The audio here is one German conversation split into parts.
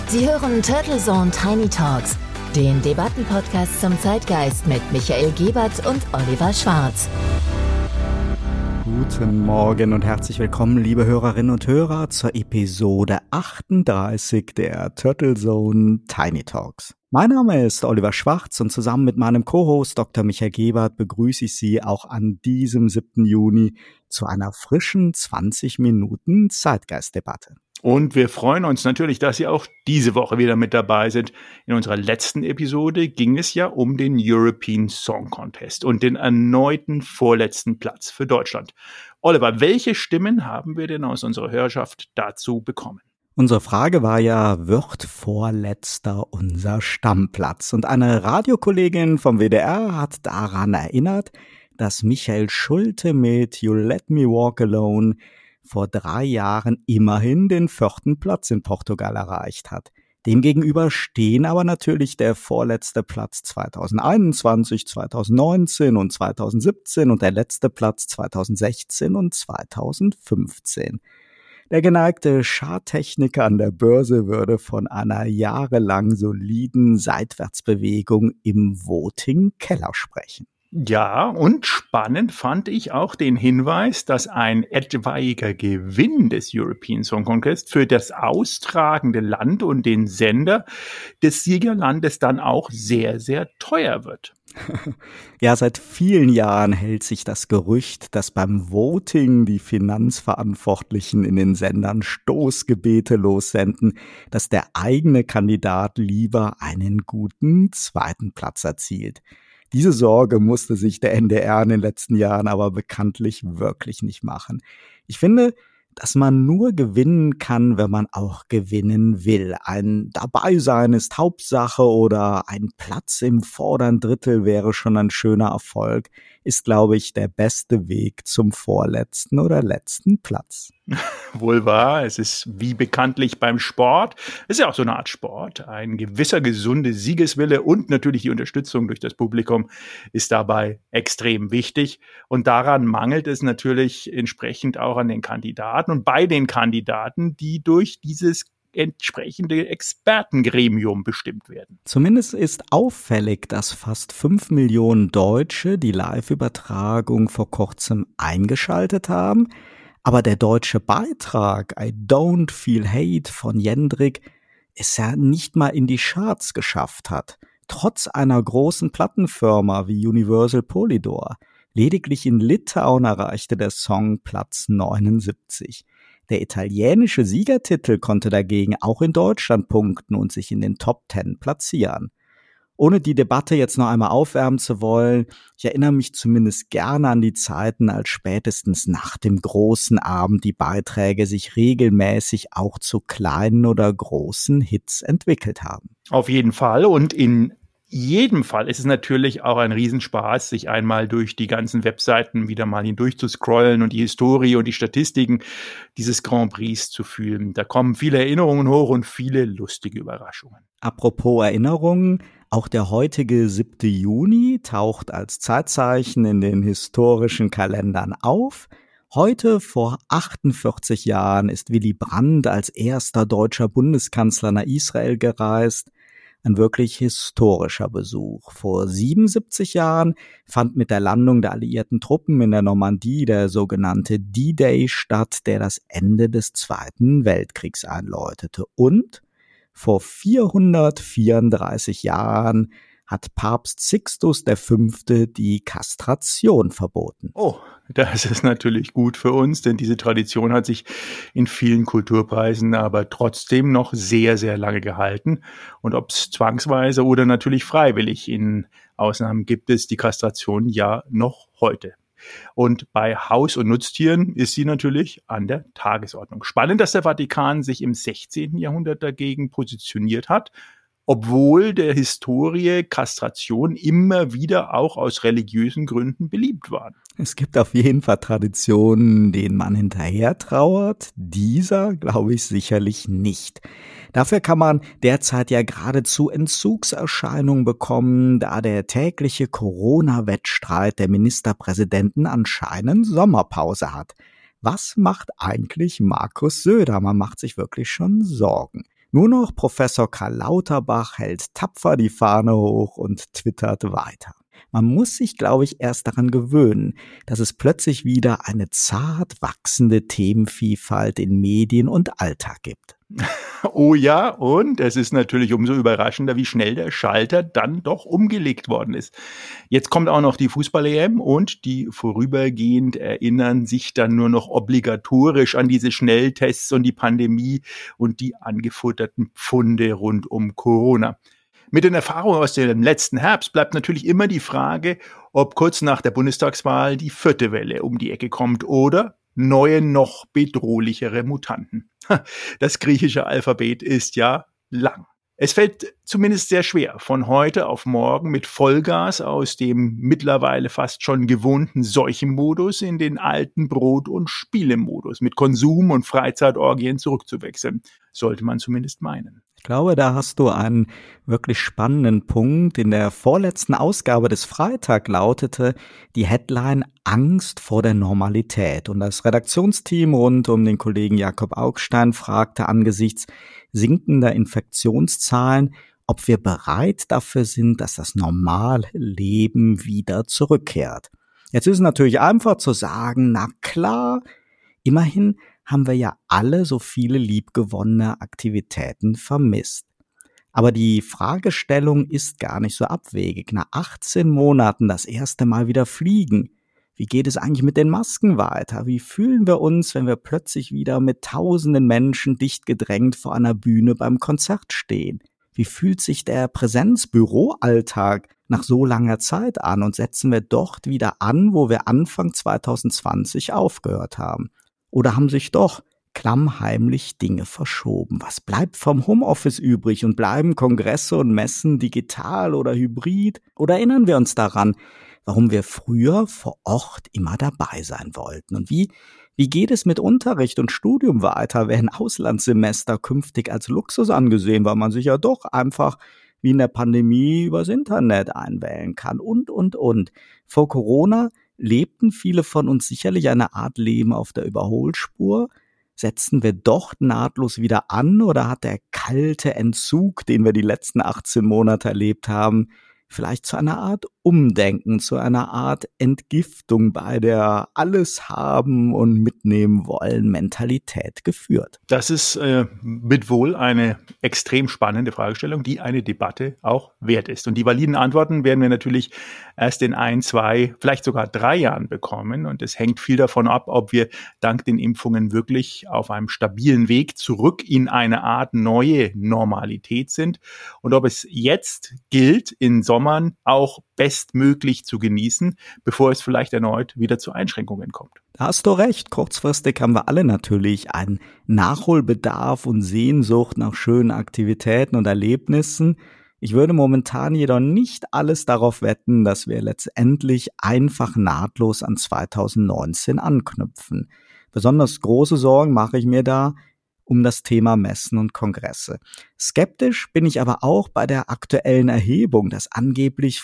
Sie hören Turtle Zone Tiny Talks, den Debattenpodcast zum Zeitgeist mit Michael Gebert und Oliver Schwarz. Guten Morgen und herzlich willkommen, liebe Hörerinnen und Hörer, zur Episode 38 der Turtle Zone Tiny Talks. Mein Name ist Oliver Schwarz und zusammen mit meinem Co-Host Dr. Michael Gebert begrüße ich Sie auch an diesem 7. Juni zu einer frischen 20 Minuten Zeitgeistdebatte. Und wir freuen uns natürlich, dass Sie auch diese Woche wieder mit dabei sind. In unserer letzten Episode ging es ja um den European Song Contest und den erneuten vorletzten Platz für Deutschland. Oliver, welche Stimmen haben wir denn aus unserer Hörerschaft dazu bekommen? Unsere Frage war ja, wird Vorletzter unser Stammplatz? Und eine Radiokollegin vom WDR hat daran erinnert, dass Michael Schulte mit You Let Me Walk Alone vor 3 Jahren immerhin den 4. Platz in Portugal erreicht hat. Demgegenüber stehen aber natürlich der vorletzte Platz 2021, 2019 und 2017 und der letzte Platz 2016 und 2015. Der geneigte Charttechniker an der Börse würde von einer jahrelang soliden Seitwärtsbewegung im Voting-Keller sprechen. Ja, und spannend fand ich auch den Hinweis, dass ein etwaiger Gewinn des European Song Contest für das austragende Land und den Sender des Siegerlandes dann auch sehr, sehr teuer wird. Ja, seit vielen Jahren hält sich das Gerücht, dass beim Voting die Finanzverantwortlichen in den Sendern Stoßgebete lossenden, dass der eigene Kandidat lieber einen guten 2. Platz erzielt. Diese Sorge musste sich der NDR in den letzten Jahren aber bekanntlich wirklich nicht machen. Ich finde, dass man nur gewinnen kann, wenn man auch gewinnen will. Ein Dabeisein ist Hauptsache oder ein Platz im vorderen Drittel wäre schon ein schöner Erfolg, ist, glaube ich, der beste Weg zum vorletzten oder letzten Platz. Wohl wahr, es ist wie bekanntlich beim Sport, es ist ja auch so eine Art Sport, ein gewisser gesunder Siegeswille und natürlich die Unterstützung durch das Publikum ist dabei extrem wichtig und daran mangelt es natürlich entsprechend auch an den Kandidaten und bei den Kandidaten, die durch dieses entsprechende Expertengremium bestimmt werden. Zumindest ist auffällig, dass fast 5 Millionen Deutsche die Live-Übertragung vor kurzem eingeschaltet haben. Aber der deutsche Beitrag I Don't Feel Hate von Jendrik es ja nicht mal in die Charts geschafft hat. Trotz einer großen Plattenfirma wie Universal Polydor. Lediglich in Litauen erreichte der Song Platz 79. Der italienische Siegertitel konnte dagegen auch in Deutschland punkten und sich in den Top 10 platzieren. Ohne die Debatte jetzt noch einmal aufwärmen zu wollen, ich erinnere mich zumindest gerne an die Zeiten, als spätestens nach dem großen Abend die Beiträge sich regelmäßig auch zu kleinen oder großen Hits entwickelt haben. Auf jeden Fall und in jedem Fall ist es natürlich auch ein Riesenspaß, sich einmal durch die ganzen Webseiten wieder mal hindurch zu scrollen und die Historie und die Statistiken dieses Grand Prix zu fühlen. Da kommen viele Erinnerungen hoch und viele lustige Überraschungen. Apropos Erinnerungen, auch der heutige 7. Juni taucht als Zeitzeichen in den historischen Kalendern auf. Heute vor 48 Jahren ist Willy Brandt als erster deutscher Bundeskanzler nach Israel gereist. Ein wirklich historischer Besuch. Vor 77 Jahren fand mit der Landung der alliierten Truppen in der Normandie der sogenannte D-Day statt, der das Ende des Zweiten Weltkriegs einläutete. Und vor 434 Jahren hat Papst Sixtus V. die Kastration verboten. Oh, das ist natürlich gut für uns, denn diese Tradition hat sich in vielen Kulturkreisen aber trotzdem noch sehr, sehr lange gehalten. Und ob es zwangsweise oder natürlich freiwillig in Ausnahmen gibt es die Kastration ja noch heute. Und bei Haus- und Nutztieren ist sie natürlich an der Tagesordnung. Spannend, dass der Vatikan sich im 16. Jahrhundert dagegen positioniert hat, obwohl der Historie Kastration immer wieder auch aus religiösen Gründen beliebt waren. Es gibt auf jeden Fall Traditionen, denen man hinterher trauert. Dieser glaube ich sicherlich nicht. Dafür kann man derzeit ja geradezu Entzugserscheinungen bekommen, da der tägliche Corona-Wettstreit der Ministerpräsidenten anscheinend Sommerpause hat. Was macht eigentlich Markus Söder? Man macht sich wirklich schon Sorgen. Nur noch Professor Karl Lauterbach hält tapfer die Fahne hoch und twittert weiter. Man muss sich, glaube ich, erst daran gewöhnen, dass es plötzlich wieder eine zart wachsende Themenvielfalt in Medien und Alltag gibt. Oh ja, und es ist natürlich umso überraschender, wie schnell der Schalter dann doch umgelegt worden ist. Jetzt kommt auch noch die Fußball-EM und die vorübergehend erinnern sich dann nur noch obligatorisch an diese Schnelltests und die Pandemie und die angefutterten Pfunde rund um Corona. Mit den Erfahrungen aus dem letzten Herbst bleibt natürlich immer die Frage, ob kurz nach der Bundestagswahl die 4. Welle um die Ecke kommt oder neue, noch bedrohlichere Mutanten. Das griechische Alphabet ist ja lang. Es fällt zumindest sehr schwer, von heute auf morgen mit Vollgas aus dem mittlerweile fast schon gewohnten Seuchenmodus in den alten Brot- und Spielemodus mit Konsum- und Freizeitorgien zurückzuwechseln. Sollte man zumindest meinen. Ich glaube, da hast du einen wirklich spannenden Punkt. In der vorletzten Ausgabe des Freitag lautete die Headline Angst vor der Normalität. Und das Redaktionsteam rund um den Kollegen Jakob Augstein fragte angesichts sinkender Infektionszahlen, ob wir bereit dafür sind, dass das normale Leben wieder zurückkehrt. Jetzt ist es natürlich einfach zu sagen, na klar, immerhin haben wir ja alle so viele liebgewonnene Aktivitäten vermisst. Aber die Fragestellung ist gar nicht so abwegig. Nach 18 Monaten das erste Mal wieder fliegen. Wie geht es eigentlich mit den Masken weiter? Wie fühlen wir uns, wenn wir plötzlich wieder mit tausenden Menschen dicht gedrängt vor einer Bühne beim Konzert stehen? Wie fühlt sich der Präsenzbüroalltag nach so langer Zeit an? Und setzen wir dort wieder an, wo wir Anfang 2020 aufgehört haben? Oder haben sich doch klammheimlich Dinge verschoben? Was bleibt vom Homeoffice übrig und bleiben Kongresse und Messen digital oder hybrid? Oder erinnern wir uns daran, warum wir früher vor Ort immer dabei sein wollten? Und wie geht es mit Unterricht und Studium weiter? Werden Auslandssemester künftig als Luxus angesehen, weil man sich ja doch einfach wie in der Pandemie übers Internet einwählen kann und. Vor Corona lebten viele von uns sicherlich eine Art Leben auf der Überholspur? Setzen wir doch nahtlos wieder an oder hat der kalte Entzug, den wir die letzten 18 Monate erlebt haben, vielleicht zu einer Art Umdenken, zu einer Art Entgiftung bei der alles haben und mitnehmen wollen Mentalität geführt? Das ist mit wohl eine extrem spannende Fragestellung, die eine Debatte auch wert ist. Und die validen Antworten werden wir natürlich erst in 1, 2, vielleicht sogar 3 Jahren bekommen. Und es hängt viel davon ab, ob wir dank den Impfungen wirklich auf einem stabilen Weg zurück in eine Art neue Normalität sind und ob es jetzt gilt, in Sommern auch bestmöglich zu genießen, bevor es vielleicht erneut wieder zu Einschränkungen kommt. Da hast du recht. Kurzfristig haben wir alle natürlich einen Nachholbedarf und Sehnsucht nach schönen Aktivitäten und Erlebnissen. Ich würde momentan jedoch nicht alles darauf wetten, dass wir letztendlich einfach nahtlos an 2019 anknüpfen. Besonders große Sorgen mache ich mir da um das Thema Messen und Kongresse. Skeptisch bin ich aber auch bei der aktuellen Erhebung, dass angeblich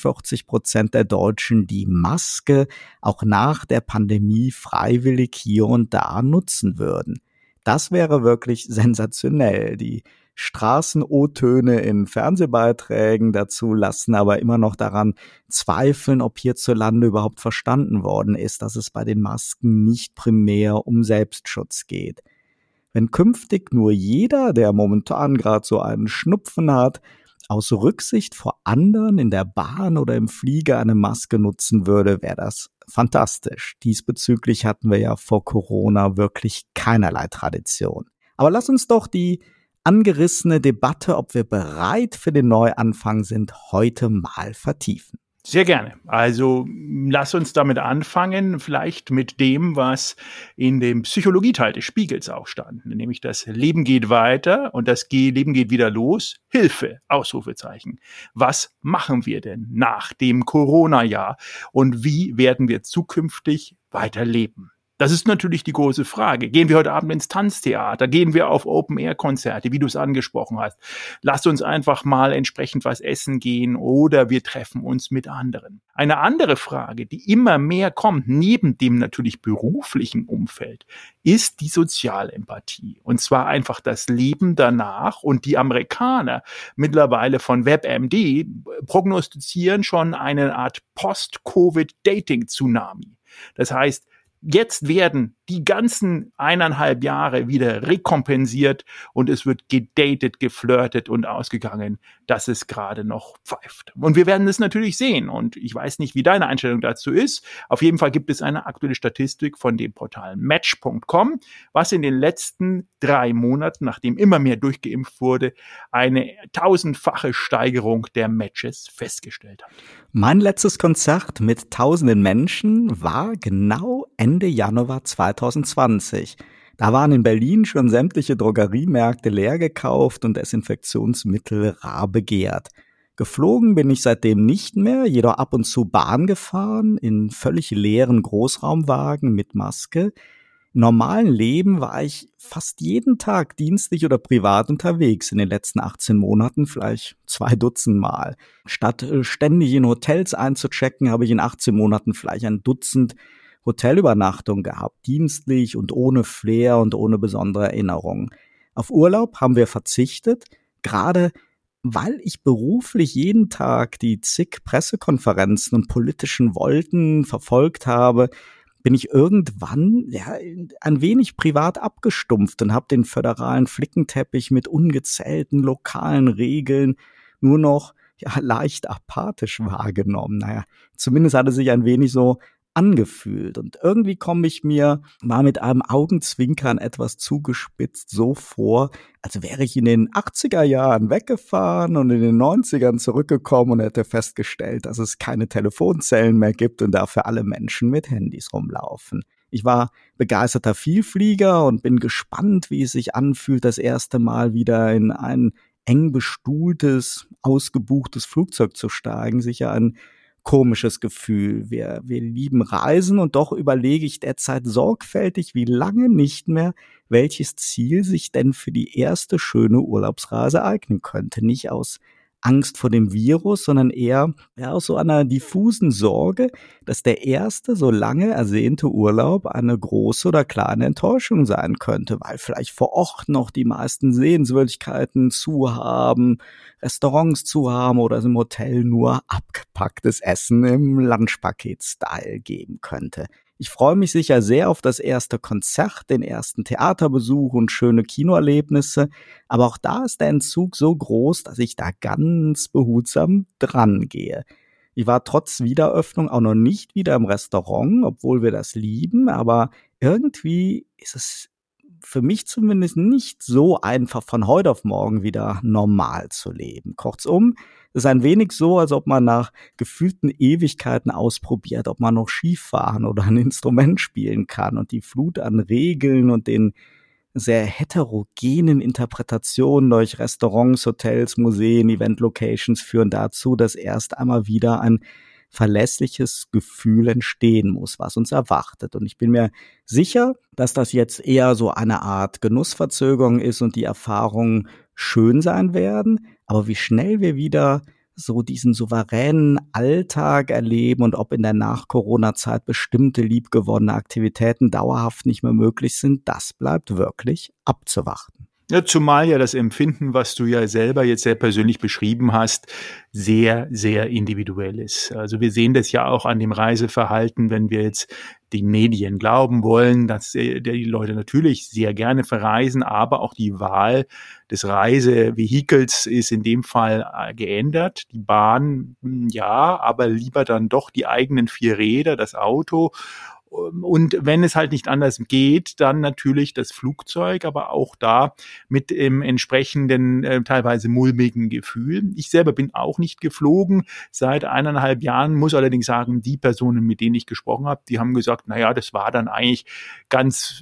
44% der Deutschen die Maske auch nach der Pandemie freiwillig hier und da nutzen würden. Das wäre wirklich sensationell. Die Straßen-O-Töne in Fernsehbeiträgen dazu lassen aber immer noch daran zweifeln, ob hierzulande überhaupt verstanden worden ist, dass es bei den Masken nicht primär um Selbstschutz geht. Wenn künftig nur jeder, der momentan gerade so einen Schnupfen hat, aus Rücksicht vor anderen in der Bahn oder im Flieger eine Maske nutzen würde, wäre das fantastisch. Diesbezüglich hatten wir ja vor Corona wirklich keinerlei Tradition. Aber lass uns doch die angerissene Debatte, ob wir bereit für den Neuanfang sind, heute mal vertiefen. Sehr gerne. Also lass uns damit anfangen, vielleicht mit dem, was in dem Psychologieteil des Spiegels auch stand, nämlich das Leben geht weiter und das Leben geht wieder los. Hilfe, Ausrufezeichen. Was machen wir denn nach dem Corona-Jahr und wie werden wir zukünftig weiterleben? Das ist natürlich die große Frage. Gehen wir heute Abend ins Tanztheater? Gehen wir auf Open-Air-Konzerte, wie du es angesprochen hast? Lass uns einfach mal entsprechend was essen gehen oder wir treffen uns mit anderen. Eine andere Frage, die immer mehr kommt, neben dem natürlich beruflichen Umfeld, ist die Sozialempathie. Und zwar einfach das Leben danach. Und die Amerikaner mittlerweile von WebMD prognostizieren schon eine Art Post-Covid-Dating-Tsunami. Das heißt, jetzt werden die ganzen 1,5 Jahre wieder rekompensiert und es wird gedatet, geflirtet und ausgegangen, dass es gerade noch pfeift. Und wir werden es natürlich sehen und ich weiß nicht, wie deine Einstellung dazu ist. Auf jeden Fall gibt es eine aktuelle Statistik von dem Portal Match.com, was in den letzten 3 Monaten, nachdem immer mehr durchgeimpft wurde, eine 1000-fache Steigerung der Matches festgestellt hat. Mein letztes Konzert mit tausenden Menschen war genau Ende Januar 2020. Da waren in Berlin schon sämtliche Drogeriemärkte leer gekauft und Desinfektionsmittel rar begehrt. Geflogen bin ich seitdem nicht mehr, jedoch ab und zu Bahn gefahren, in völlig leeren Großraumwagen mit Maske. Im normalen Leben war ich fast jeden Tag dienstlich oder privat unterwegs, in den letzten 18 Monaten vielleicht 2 Dutzend Mal. Statt ständig in Hotels einzuchecken, habe ich in 18 Monaten vielleicht 1 Dutzend Hotelübernachtungen gehabt, dienstlich und ohne Flair und ohne besondere Erinnerungen. Auf Urlaub haben wir verzichtet, gerade weil ich beruflich jeden Tag die zig Pressekonferenzen und politischen Wolken verfolgt habe, bin ich irgendwann ein wenig privat abgestumpft und habe den föderalen Flickenteppich mit ungezählten lokalen Regeln nur noch leicht apathisch wahrgenommen. Zumindest hat es sich ein wenig so angefühlt. Und irgendwie komme ich mir mal mit einem Augenzwinkern etwas zugespitzt so vor, als wäre ich in den 80er Jahren weggefahren und in den 90ern zurückgekommen und hätte festgestellt, dass es keine Telefonzellen mehr gibt und dafür alle Menschen mit Handys rumlaufen. Ich war begeisterter Vielflieger und bin gespannt, wie es sich anfühlt, das erste Mal wieder in ein eng bestuhltes, ausgebuchtes Flugzeug zu steigen. Sicher ein komisches Gefühl. Wir lieben Reisen und doch überlege ich derzeit sorgfältig, wie lange nicht mehr, welches Ziel sich denn für die erste schöne Urlaubsreise eignen könnte. Nicht aus Angst vor dem Virus, sondern eher aus so einer diffusen Sorge, dass der erste so lange ersehnte Urlaub eine große oder kleine Enttäuschung sein könnte, weil vielleicht vor Ort noch die meisten Sehenswürdigkeiten zu haben, Restaurants zu haben oder es im Hotel nur abgepacktes Essen im Lunchpaket-Style geben könnte. Ich freue mich sicher sehr auf das erste Konzert, den ersten Theaterbesuch und schöne Kinoerlebnisse, aber auch da ist der Entzug so groß, dass ich da ganz behutsam dran gehe. Ich war trotz Wiederöffnung auch noch nicht wieder im Restaurant, obwohl wir das lieben, aber irgendwie ist es für mich zumindest nicht so einfach, von heute auf morgen wieder normal zu leben. Kurzum, es ist ein wenig so, als ob man nach gefühlten Ewigkeiten ausprobiert, ob man noch Skifahren oder ein Instrument spielen kann. Und die Flut an Regeln und den sehr heterogenen Interpretationen durch Restaurants, Hotels, Museen, Event-Locations führen dazu, dass erst einmal wieder ein verlässliches Gefühl entstehen muss, was uns erwartet. Und ich bin mir sicher, dass das jetzt eher so eine Art Genussverzögerung ist und die Erfahrungen schön sein werden. Aber wie schnell wir wieder so diesen souveränen Alltag erleben und ob in der Nach-Corona-Zeit bestimmte liebgewonnene Aktivitäten dauerhaft nicht mehr möglich sind, das bleibt wirklich abzuwarten. Ja, zumal ja das Empfinden, was du ja selber jetzt sehr persönlich beschrieben hast, sehr, sehr individuell ist. Also wir sehen das ja auch an dem Reiseverhalten, wenn wir jetzt den Medien glauben wollen, dass die Leute natürlich sehr gerne verreisen, aber auch die Wahl des Reisevehikels ist in dem Fall geändert. Die Bahn, ja, aber lieber dann doch die eigenen 4 Räder, das Auto. Und wenn es halt nicht anders geht, dann natürlich das Flugzeug, aber auch da mit dem entsprechenden, teilweise mulmigen Gefühl. Ich selber bin auch nicht geflogen seit 1,5 Jahren, muss allerdings sagen, die Personen, mit denen ich gesprochen habe, die haben gesagt, naja, das war dann eigentlich ganz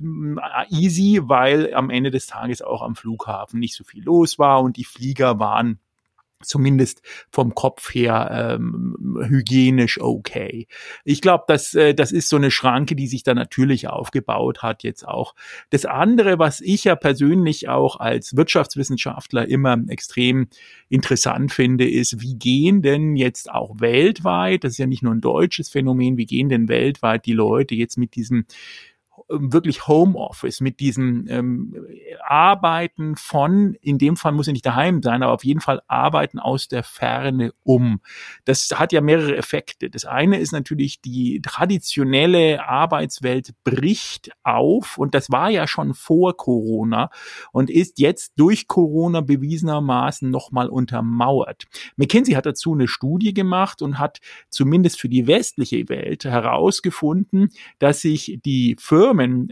easy, weil am Ende des Tages auch am Flughafen nicht so viel los war und die Flieger waren zumindest vom Kopf her hygienisch okay. Ich glaube, das ist so eine Schranke, die sich da natürlich aufgebaut hat jetzt auch. Das andere, was ich ja persönlich auch als Wirtschaftswissenschaftler immer extrem interessant finde, ist, wie gehen denn jetzt auch weltweit, das ist ja nicht nur ein deutsches Phänomen, wie gehen denn weltweit die Leute jetzt mit diesem wirklich Homeoffice, mit diesem Arbeiten von, in dem Fall muss ja nicht daheim sein, aber auf jeden Fall Arbeiten aus der Ferne um. Das hat ja mehrere Effekte. Das eine ist natürlich, die traditionelle Arbeitswelt bricht auf und das war ja schon vor Corona und ist jetzt durch Corona bewiesenermaßen nochmal untermauert. McKinsey hat dazu eine Studie gemacht und hat zumindest für die westliche Welt herausgefunden, dass sich die Firmen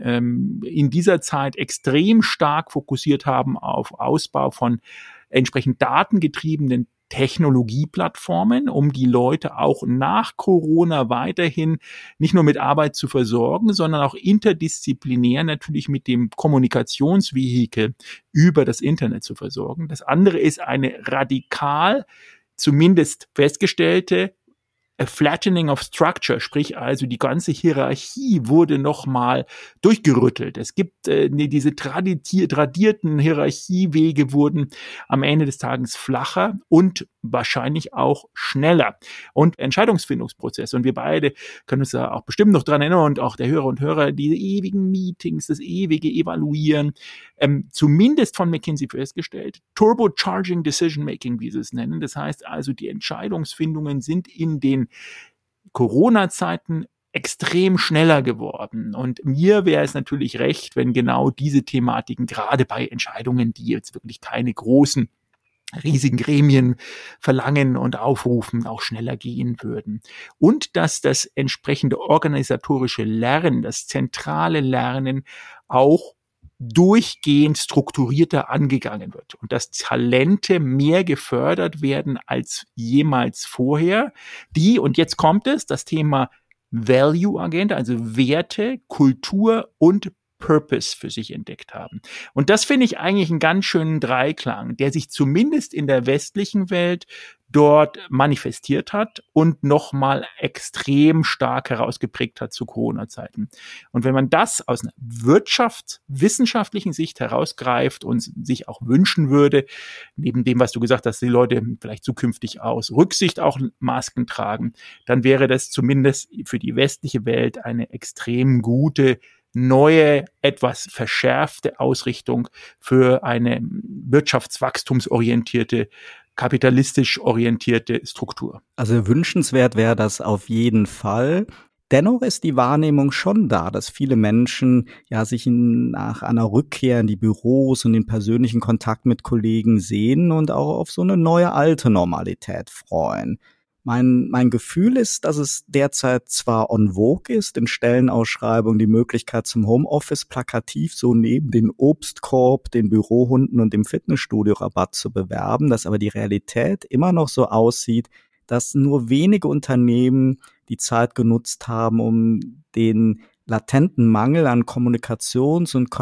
in dieser Zeit extrem stark fokussiert haben auf Ausbau von entsprechend datengetriebenen Technologieplattformen, um die Leute auch nach Corona weiterhin nicht nur mit Arbeit zu versorgen, sondern auch interdisziplinär natürlich mit dem Kommunikationsvehikel über das Internet zu versorgen. Das andere ist eine radikal, zumindest festgestellte, a flattening of structure, sprich also die ganze Hierarchie wurde nochmal durchgerüttelt. Es gibt diese tradierten Hierarchiewege wurden am Ende des Tages flacher und wahrscheinlich auch schneller. Und Entscheidungsfindungsprozess, und wir beide können uns da auch bestimmt noch dran erinnern und auch der Hörer und Hörer, diese ewigen Meetings, das ewige Evaluieren, zumindest von McKinsey festgestellt, Turbocharging Decision Making, wie sie es nennen. Das heißt also, die Entscheidungsfindungen sind in den Corona-Zeiten extrem schneller geworden. Und mir wäre es natürlich recht, wenn genau diese Thematiken, gerade bei Entscheidungen, die jetzt wirklich keine großen riesigen Gremien verlangen und aufrufen, auch schneller gehen würden. Und dass das entsprechende organisatorische Lernen, das zentrale Lernen auch durchgehend strukturierter angegangen wird und dass Talente mehr gefördert werden als jemals vorher, die, und jetzt kommt es, das Thema Value-Agenda, also Werte, Kultur und Purpose für sich entdeckt haben. Und das finde ich eigentlich einen ganz schönen Dreiklang, der sich zumindest in der westlichen Welt dort manifestiert hat und nochmal extrem stark herausgeprägt hat zu Corona-Zeiten. Und wenn man das aus einer wirtschaftswissenschaftlichen Sicht herausgreift und sich auch wünschen würde, neben dem, was du gesagt hast, die Leute vielleicht zukünftig aus Rücksicht auch Masken tragen, dann wäre das zumindest für die westliche Welt eine extrem gute neue, etwas verschärfte Ausrichtung für eine wirtschaftswachstumsorientierte, kapitalistisch orientierte Struktur. Also wünschenswert wäre das auf jeden Fall. Dennoch ist die Wahrnehmung schon da, dass viele Menschen ja sich nach einer Rückkehr in die Büros und den persönlichen Kontakt mit Kollegen sehen und auch auf so eine neue alte Normalität freuen. Mein Gefühl ist, dass es derzeit zwar en vogue ist, in Stellenausschreibungen die Möglichkeit zum Homeoffice plakativ so neben den Obstkorb, den Bürohunden und dem Fitnessstudio-Rabatt zu bewerben, dass aber die Realität immer noch so aussieht, dass nur wenige Unternehmen die Zeit genutzt haben, um den latenten Mangel an Kommunikations- und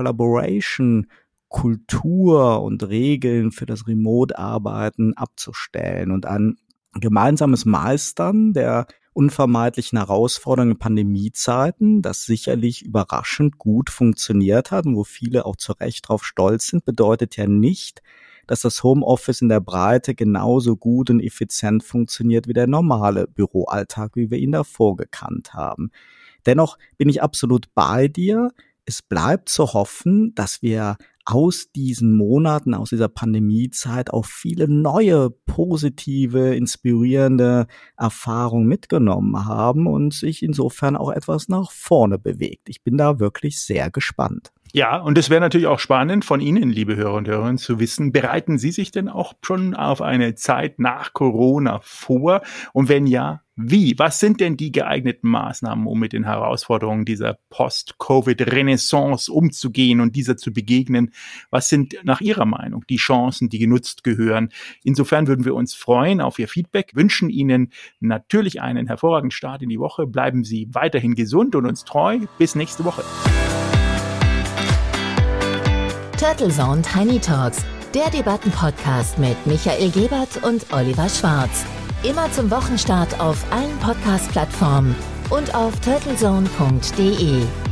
Collaboration-Kultur und Regeln für das Remote-Arbeiten abzustellen und an gemeinsames Meistern der unvermeidlichen Herausforderungen in Pandemiezeiten, das sicherlich überraschend gut funktioniert hat und wo viele auch zu Recht drauf stolz sind, bedeutet ja nicht, dass das Homeoffice in der Breite genauso gut und effizient funktioniert wie der normale Büroalltag, wie wir ihn davor gekannt haben. Dennoch bin ich absolut bei dir. Es bleibt zu hoffen, dass wir aus diesen Monaten, aus dieser Pandemiezeit auch viele neue, positive, inspirierende Erfahrungen mitgenommen haben und sich insofern auch etwas nach vorne bewegt. Ich bin da wirklich sehr gespannt. Ja, und es wäre natürlich auch spannend von Ihnen, liebe Hörer und Hörerinnen, zu wissen, bereiten Sie sich denn auch schon auf eine Zeit nach Corona vor? Und wenn ja, wie? Was sind denn die geeigneten Maßnahmen, um mit den Herausforderungen dieser Post-Covid-Renaissance umzugehen und dieser zu begegnen? Was sind nach Ihrer Meinung die Chancen, die genutzt gehören? Insofern würden wir uns freuen auf Ihr Feedback, wünschen Ihnen natürlich einen hervorragenden Start in die Woche. Bleiben Sie weiterhin gesund und uns treu. Bis nächste Woche. Turtle Zone Tiny Talks, Der Debatten-Podcast mit Michael Gebert und Oliver Schwarz. Immer zum Wochenstart auf allen Podcast-Plattformen und auf turtlezone.de.